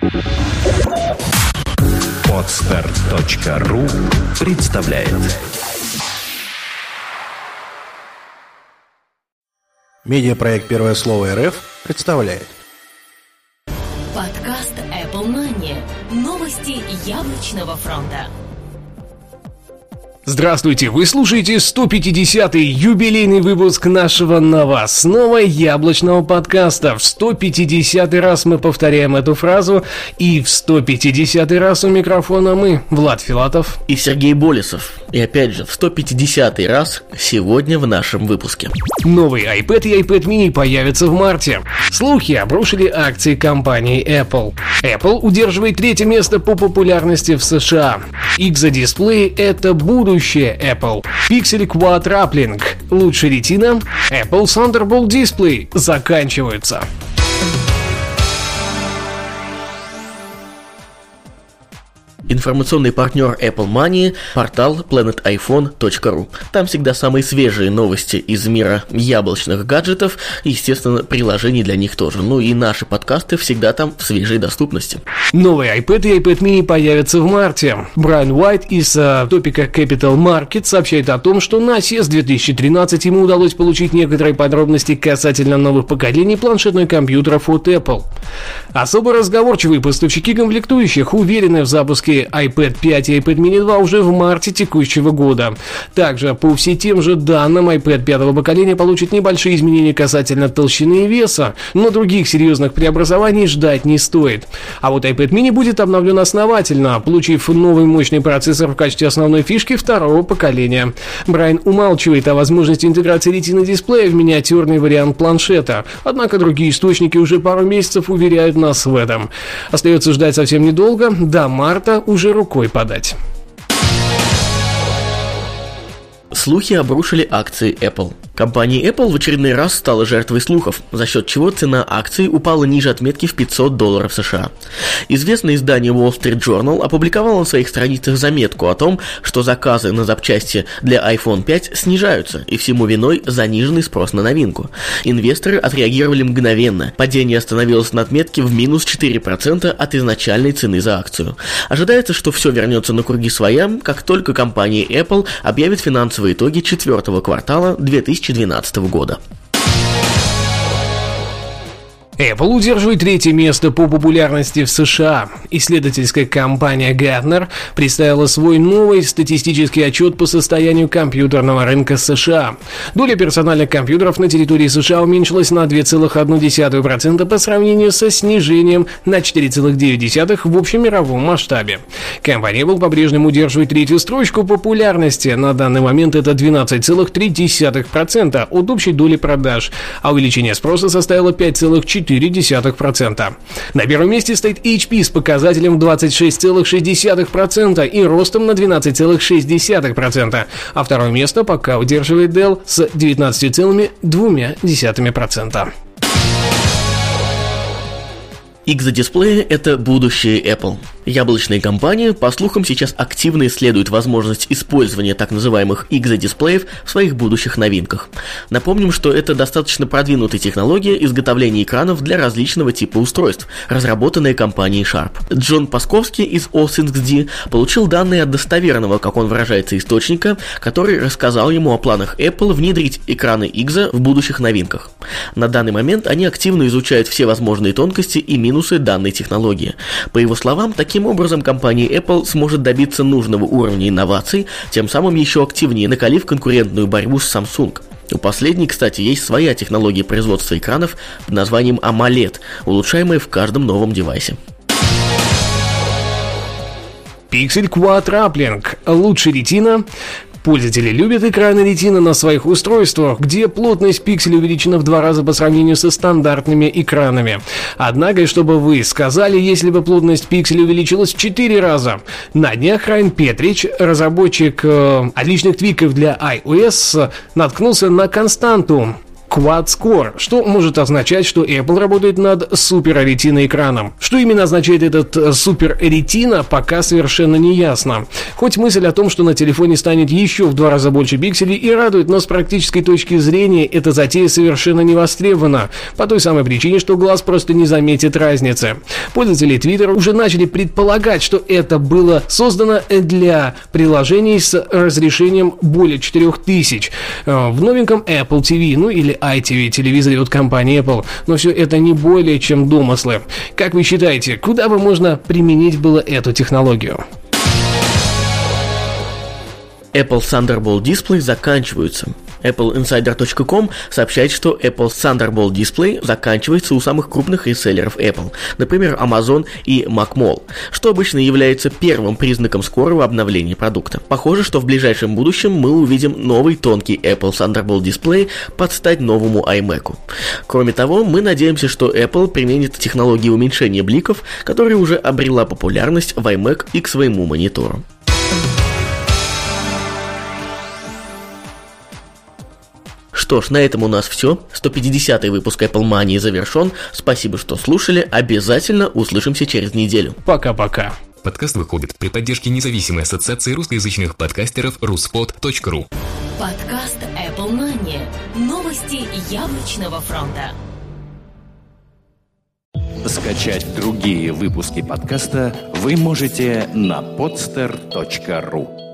Podstart.ru представляет. Медиапроект «Первое слово РФ» представляет. Подкаст Apple Money. Новости яблочного фронта. Здравствуйте, вы слушаете 150-й юбилейный выпуск нашего новостного яблочного подкаста. В 150-й раз мы повторяем эту фразу, и в 150-й раз у микрофона мы, Влад Филатов и Сергей Болесов. И опять же, в 150-й раз сегодня в нашем выпуске. Новый iPad и iPad mini появятся в марте. Слухи обрушили акции компании Apple. Apple удерживает третье место по популярности в США. Exadisplay — это будущее Apple. Pixel Quad Uplink — лучше ретина. Apple Thunderbolt Display заканчиваются. Информационный партнер Apple Money – портал planetiphone.ru. Там всегда самые свежие новости из мира яблочных гаджетов и, естественно, приложений для них тоже. Ну и наши подкасты всегда там в свежей доступности. Новый iPad и iPad mini появятся в марте. Брайан Уайт из Topica Capital Market сообщает о том, что на CES 2013 ему удалось получить некоторые подробности касательно новых поколений планшетных компьютеров от Apple. Особо разговорчивые поставщики комплектующих уверены в запуске iPad 5 и iPad mini 2 уже в марте текущего года. Также по все тем же данным iPad 5-го поколения получит небольшие изменения касательно толщины и веса, но других серьезных преобразований ждать не стоит. А вот iPad mini будет обновлен основательно, получив новый мощный процессор в качестве основной фишки второго поколения. Брайан умалчивает о возможности интеграции ретина-дисплея в миниатюрный вариант планшета, однако другие источники уже пару месяцев уверяют нас в этом. Остается ждать совсем недолго, до марта уже рукой подать. Слухи обрушили акции Apple. Компания Apple в очередной раз стала жертвой слухов, за счет чего цена акций упала ниже отметки в $500 США. Известное издание Wall Street Journal опубликовало на своих страницах заметку о том, что заказы на запчасти для iPhone 5 снижаются, и всему виной заниженный спрос на новинку. Инвесторы отреагировали мгновенно. Падение остановилось на отметке в минус 4% от изначальной цены за акцию. Ожидается, что все вернется на круги своя, как только компания Apple объявит финансовые итоги четвертого квартала 2012 года. Apple удерживает третье место по популярности в США. Исследовательская компания Gartner представила свой новый статистический отчет по состоянию компьютерного рынка США. Доля персональных компьютеров на территории США уменьшилась на 2,1% по сравнению со снижением на 4,9% в общемировом масштабе. Компания Apple по-прежнему удерживает третью строчку популярности. На данный момент это 12,3% от общей доли продаж, а увеличение спроса составило 5,4%. На первом месте стоит HP с показателем 26,6% и ростом на 12,6%, а второе место пока удерживает Dell с 19,2%. Exadisplay – это будущее Apple. Яблочные компании, по слухам, сейчас активно исследуют возможность использования так называемых Exadisplay в своих будущих новинках. Напомним, что это достаточно продвинутая технология изготовления экранов для различного типа устройств, разработанная компанией Sharp. Джон Пасковский из AllThingsD получил данные от достоверного, как он выражается, источника, который рассказал ему о планах Apple внедрить экраны Exa в будущих новинках. На данный момент они активно изучают все возможные тонкости и минусы данной технологии. По его словам, таким образом компания Apple сможет добиться нужного уровня инноваций, тем самым еще активнее накалив конкурентную борьбу с Samsung. У последней, кстати, есть своя технология производства экранов под названием AMOLED, улучшаемая в каждом новом девайсе. Pixel Quad Uplink — лучше ретина. Пользователи любят экраны ретина на своих устройствах, где плотность пикселей увеличена в 2 раза по сравнению со стандартными экранами. Однако, чтобы вы сказали, если бы плотность пикселей увеличилась в 4 раза. На днях Райан Петрич, разработчик отличных твиков для iOS, наткнулся на константу Quad-Core, что может означать, что Apple работает над Super Retina экраном. Что именно означает этот Super Retina, пока совершенно не ясно. Хоть мысль о том, что на телефоне станет еще в 2 раза больше пикселей, и радует, но с практической точки зрения эта затея совершенно не востребована, по той самой причине, что глаз просто не заметит разницы. Пользователи Twitter уже начали предполагать, что это было создано для приложений с разрешением более 4000 в новеньком Apple TV, ну или iTV телевизоре от компании Apple, но все это не более чем домыслы. Как вы считаете, куда бы можно применить было эту технологию? Apple Thunderbolt Display заканчиваются. AppleInsider.com сообщает, что Apple Thunderbolt Display заканчивается у самых крупных реселлеров Apple, например, Amazon и MacMall, что обычно является первым признаком скорого обновления продукта. Похоже, что в ближайшем будущем мы увидим новый тонкий Apple Thunderbolt Display под стать новому iMac. Кроме того, мы надеемся, что Apple применит технологию уменьшения бликов, которая уже обрела популярность в iMac и к своему монитору. Что ж, на этом у нас все. 150-й выпуск Apple Money завершен. Спасибо, что слушали. Обязательно услышимся через неделю. Пока-пока. Подкаст выходит при поддержке независимой ассоциации русскоязычных подкастеров ruspod.ru. Подкаст Apple Money. Новости яблочного фронта. Скачать другие выпуски подкаста вы можете на podster.ru.